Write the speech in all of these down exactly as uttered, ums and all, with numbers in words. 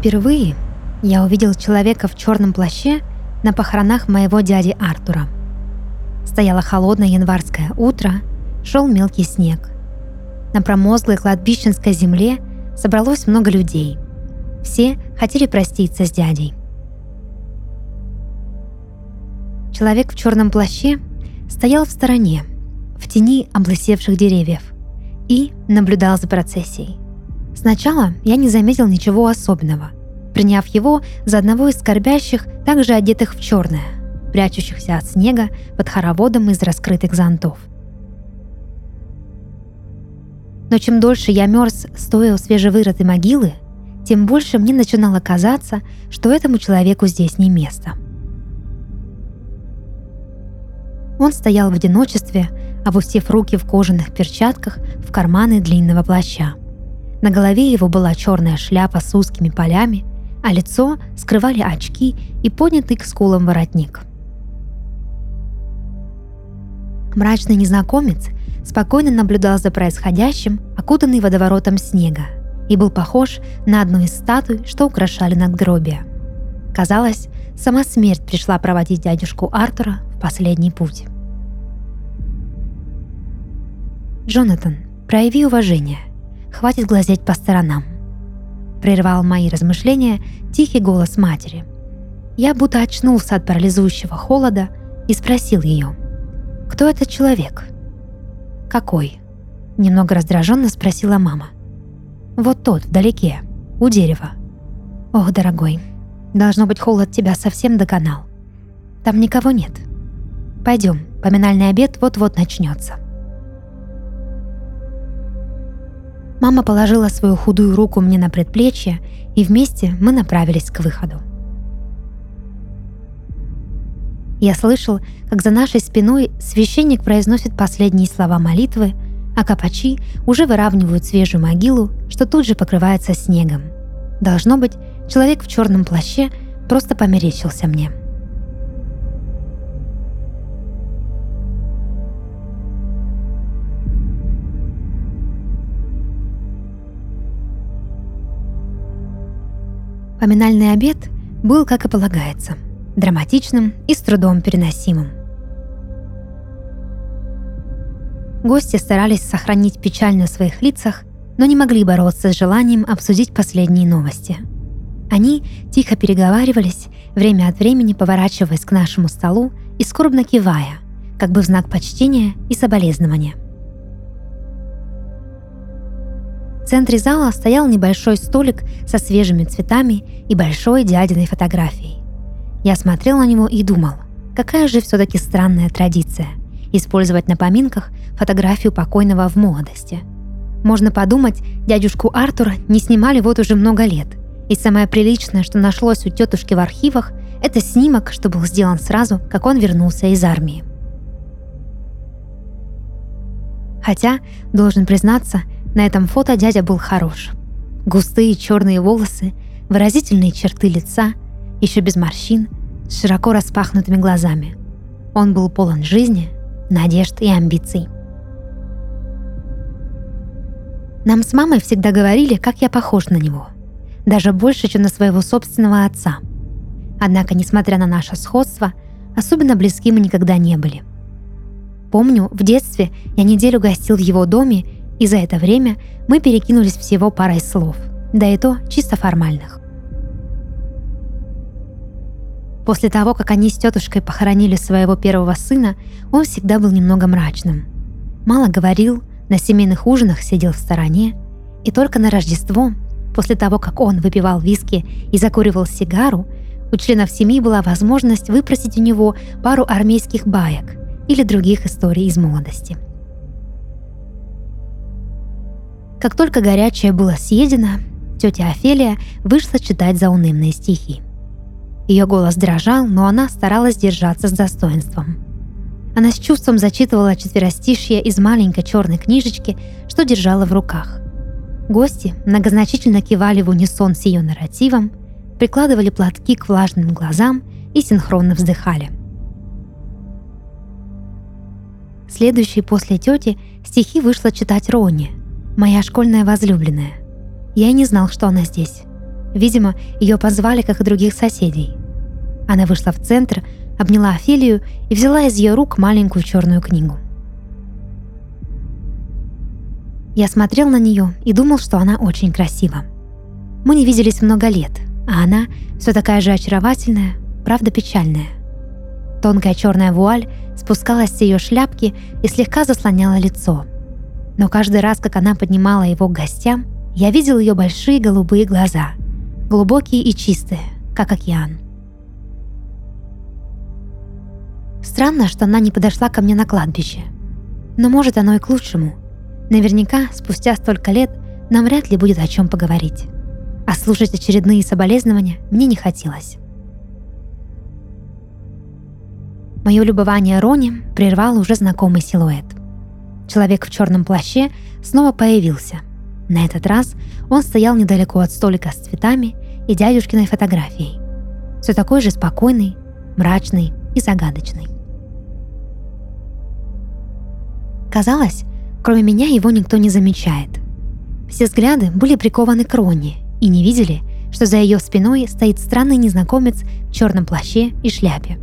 Впервые я увидел человека в черном плаще на похоронах моего дяди Артура. Стояло холодное январское утро, шел мелкий снег. На промозглой кладбищенской земле собралось много людей. Все хотели проститься с дядей. Человек в черном плаще стоял в стороне, в тени облысевших деревьев, и наблюдал за процессией. Сначала я не заметил ничего особенного, приняв его за одного из скорбящих, также одетых в черное, прячущихся от снега под хороводом из раскрытых зонтов. Но чем дольше я мерз, стоя у свежевырытой могилы, тем больше мне начинало казаться, что этому человеку здесь не место. Он стоял в одиночестве, опустив руки в кожаных перчатках в карманы длинного плаща. На голове его была черная шляпа с узкими полями, а лицо скрывали очки и поднятый к скулам воротник. Мрачный незнакомец спокойно наблюдал за происходящим, окутанный водоворотом снега, и был похож на одну из статуй, что украшали надгробия. Казалось, сама смерть пришла проводить дядюшку Артура в последний путь. «Джонатан, прояви уважение. Хватит глазеть по сторонам», — прервал мои размышления тихий голос матери. Я будто очнулся от парализующего холода и спросил ее: «Кто этот человек?» «Какой?» — немного раздраженно спросила мама. «Вот тот, вдалеке, у дерева». «Ох, дорогой, должно быть, холод тебя совсем доконал. Там никого нет. Пойдем, поминальный обед вот-вот начнется». Мама положила свою худую руку мне на предплечье, и вместе мы направились к выходу. Я слышал, как за нашей спиной священник произносит последние слова молитвы, а копачи уже выравнивают свежую могилу, что тут же покрывается снегом. Должно быть, человек в черном плаще просто померещился мне. Поминальный обед был, как и полагается, драматичным и с трудом переносимым. Гости старались сохранить печаль на своих лицах, но не могли бороться с желанием обсудить последние новости. Они тихо переговаривались, время от времени поворачиваясь к нашему столу и скорбно кивая, как бы в знак почтения и соболезнования. В центре зала стоял небольшой столик со свежими цветами и большой дядиной фотографией. Я смотрел на него и думал, какая же все-таки странная традиция – использовать на поминках фотографию покойного в молодости. Можно подумать, дядюшку Артура не снимали вот уже много лет, и самое приличное, что нашлось у тетушки в архивах, это снимок, что был сделан сразу, как он вернулся из армии. Хотя, должен признаться, на этом фото дядя был хорош. Густые черные волосы, выразительные черты лица, еще без морщин, с широко распахнутыми глазами. Он был полон жизни, надежд и амбиций. Нам с мамой всегда говорили, как я похож на него. Даже больше, чем на своего собственного отца. Однако, несмотря на наше сходство, особенно близки мы никогда не были. Помню, в детстве я неделю гостил в его доме, и за это время мы перекинулись всего парой слов, да и то чисто формальных. После того, как они с тетушкой похоронили своего первого сына, он всегда был немного мрачным. Мало говорил, на семейных ужинах сидел в стороне, и только на Рождество, после того, как он выпивал виски и закуривал сигару, у членов семьи была возможность выпросить у него пару армейских баек или других историй из молодости. Как только горячее было съедено, тетя Офелия вышла читать заунывные стихи. Ее голос дрожал, но она старалась держаться с достоинством. Она с чувством зачитывала четверостишье из маленькой черной книжечки, что держала в руках. Гости многозначительно кивали в унисон с ее нарративом, прикладывали платки к влажным глазам и синхронно вздыхали. Следующей после тети стихи вышла читать Ронни, моя школьная возлюбленная. Я и не знал, что она здесь. Видимо, ее позвали, как и других соседей. Она вышла в центр, обняла Офелию и взяла из ее рук маленькую черную книгу. Я смотрел на нее и думал, что она очень красива. Мы не виделись много лет, а она все такая же очаровательная, правда печальная. Тонкая черная вуаль спускалась с ее шляпки и слегка заслоняла лицо. Но каждый раз, как она поднимала его к гостям, я видел ее большие голубые глаза, глубокие и чистые, как океан. Странно, что она не подошла ко мне на кладбище. Но может оно и к лучшему. Наверняка, спустя столько лет, нам вряд ли будет о чем поговорить. А слушать очередные соболезнования мне не хотелось. Мое любование Рони прервал уже знакомый силуэт. Человек в черном плаще снова появился. На этот раз он стоял недалеко от столика с цветами и дядюшкиной фотографией. Все такой же спокойный, мрачный и загадочный. Казалось, кроме меня его никто не замечает. Все взгляды были прикованы к Рони и не видели, что за ее спиной стоит странный незнакомец в черном плаще и шляпе.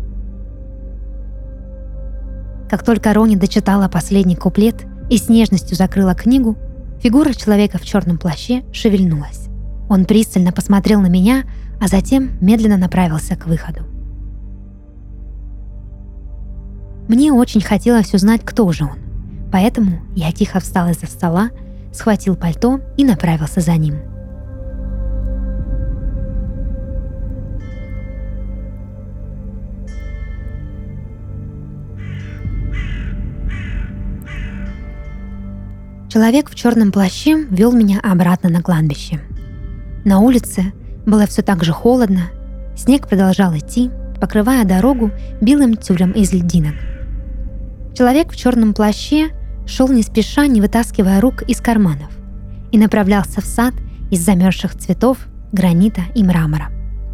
Как только Рони дочитала последний куплет и с нежностью закрыла книгу, фигура человека в черном плаще шевельнулась. Он пристально посмотрел на меня, а затем медленно направился к выходу. Мне очень хотелось узнать, кто же он, поэтому я тихо встал из-за стола, схватил пальто и направился за ним. Человек в черном плаще вел меня обратно на кладбище. На улице было все так же холодно, снег продолжал идти, покрывая дорогу белым тюлем из льдинок. Человек в черном плаще шел не спеша, не вытаскивая рук из карманов, и направлялся в сад из замерзших цветов, гранита и мрамора.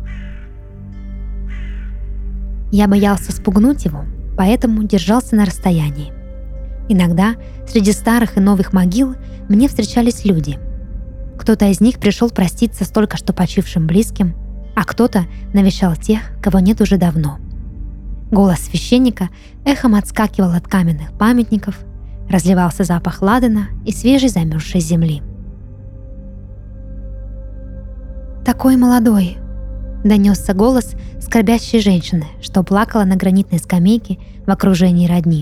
Я боялся спугнуть его, поэтому держался на расстоянии. Иногда среди старых и новых могил мне встречались люди. Кто-то из них пришел проститься с только что почившим близким, а кто-то навещал тех, кого нет уже давно. Голос священника эхом отскакивал от каменных памятников, разливался запах ладана и свежей замерзшей земли. «Такой молодой!» — донесся голос скорбящей женщины, что плакала на гранитной скамейке в окружении родни.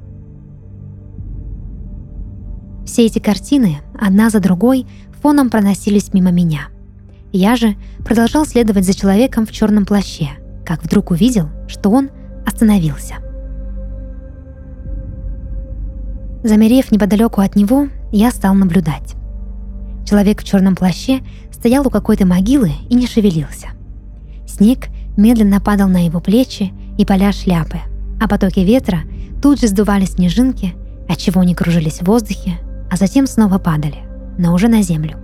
Все эти картины, одна за другой, фоном проносились мимо меня. Я же продолжал следовать за человеком в черном плаще, как вдруг увидел, что он остановился. Замерев неподалеку от него, я стал наблюдать. Человек в черном плаще стоял у какой-то могилы и не шевелился. Снег медленно падал на его плечи и поля шляпы, а потоки ветра тут же сдували снежинки, отчего они кружились в воздухе, а затем снова падали, но уже на землю.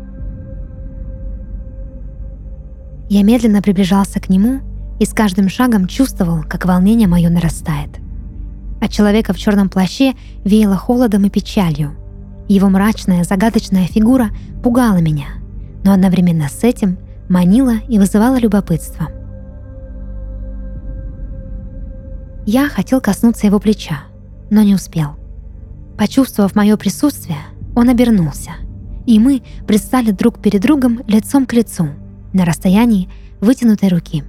Я медленно приближался к нему и с каждым шагом чувствовал, как волнение мое нарастает. От человека в черном плаще веяло холодом и печалью. Его мрачная, загадочная фигура пугала меня, но одновременно с этим манила и вызывала любопытство. Я хотел коснуться его плеча, но не успел. Почувствовав мое присутствие, он обернулся, и мы предстали друг перед другом лицом к лицу, на расстоянии вытянутой руки.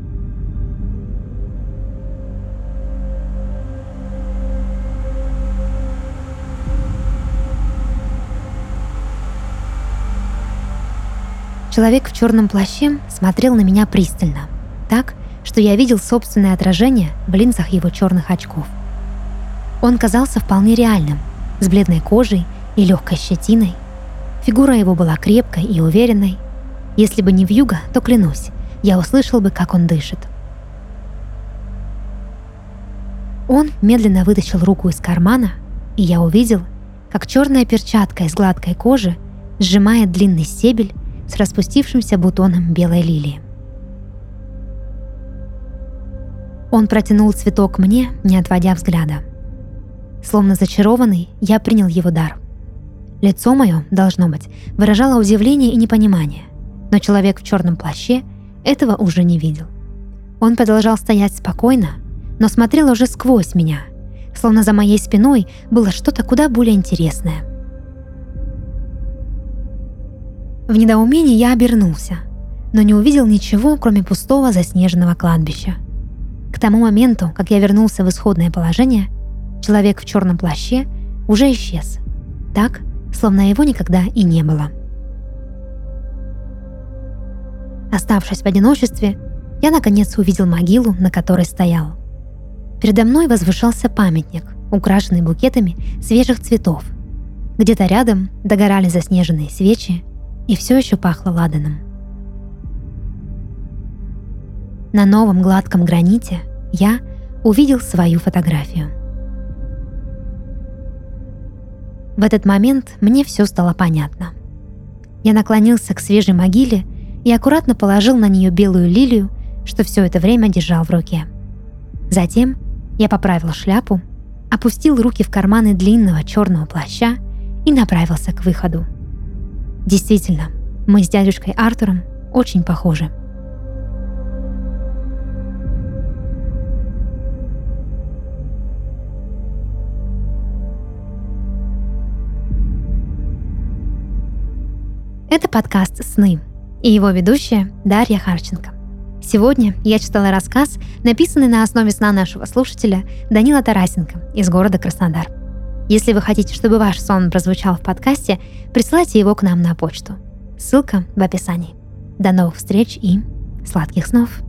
Человек в черном плаще смотрел на меня пристально, так, что я видел собственное отражение в линзах его черных очков. Он казался вполне реальным, с бледной кожей и легкой щетиной. Фигура его была крепкой и уверенной. Если бы не вьюга, то, клянусь, я услышал бы, как он дышит. Он медленно вытащил руку из кармана, и я увидел, как черная перчатка из гладкой кожи сжимает длинный стебель с распустившимся бутоном белой лилии. Он протянул цветок мне, не отводя взгляда. Словно зачарованный, я принял его дар. Лицо мое, должно быть, выражало удивление и непонимание. Но человек в черном плаще этого уже не видел. Он продолжал стоять спокойно, но смотрел уже сквозь меня, словно за моей спиной было что-то куда более интересное. В недоумении я обернулся, но не увидел ничего, кроме пустого заснеженного кладбища. К тому моменту, как я вернулся в исходное положение, человек в черном плаще уже исчез, так, словно его никогда и не было. Оставшись в одиночестве, я наконец увидел могилу, на которой стоял. Передо мной возвышался памятник, украшенный букетами свежих цветов. Где-то рядом догорали заснеженные свечи, и все еще пахло ладаном. На новом гладком граните я увидел свою фотографию. В этот момент мне все стало понятно. Я наклонился к свежей могиле и аккуратно положил на нее белую лилию, что все это время держал в руке. Затем я поправил шляпу, опустил руки в карманы длинного черного плаща и направился к выходу. Действительно, мы с дядюшкой Артуром очень похожи. Это подкаст «Сны» и его ведущая Дарья Харченко. Сегодня я читала рассказ, написанный на основе сна нашего слушателя Данила Тарасенко из города Краснодар. Если вы хотите, чтобы ваш сон прозвучал в подкасте, присылайте его к нам на почту. Ссылка в описании. До новых встреч и сладких снов!